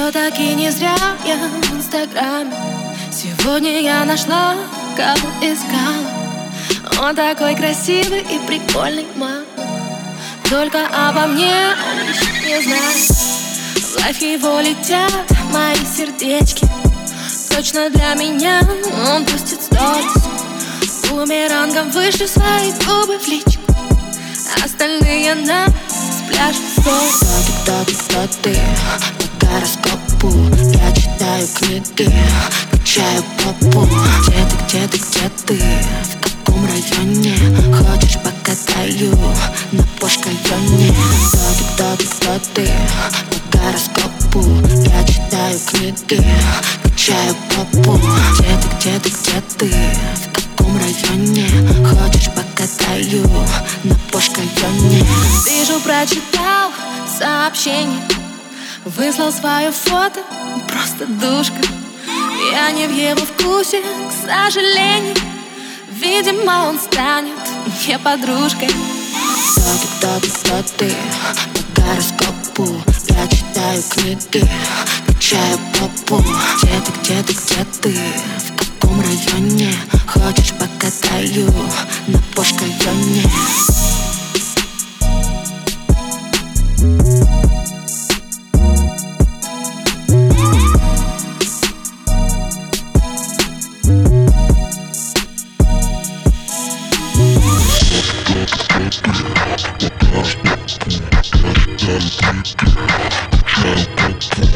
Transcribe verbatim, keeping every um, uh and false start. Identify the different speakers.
Speaker 1: Все-таки не зря я в инстаграме. Сегодня я нашла, кого искала. Он такой красивый и прикольный, мам. Только обо мне он еще не знает. В лайф его летят мои сердечки. Точно для меня он пустит сторис. Бумерангом вышлю свои губы в личку. Остальные на пляж стол.
Speaker 2: Кто ты, кто ты, по гороскопу я читаю книги, качаю попу. Где ты, где ты, где ты, в каком районе? Хочешь покатаю на Пош-Кайоне? Кто ты, кто ты, кто ты, по гороскопу я читаю книги, качаю попу. Где ты, где ты, где ты, в каком районе? Хочешь покатаю на Пош-Кайоне?
Speaker 1: Вижу, прочитал сообщение, выслал свое фото, просто душка. Я не в его вкусе, к сожалению. Видимо, он станет мне подружкой.
Speaker 2: Кто ты, кто ты, кто ты, по гороскопу я читаю книги, качаю попу. Где ты, где ты, где ты, в каком районе? Хочешь покатаю на Пош-Кайоне?
Speaker 3: Thank you.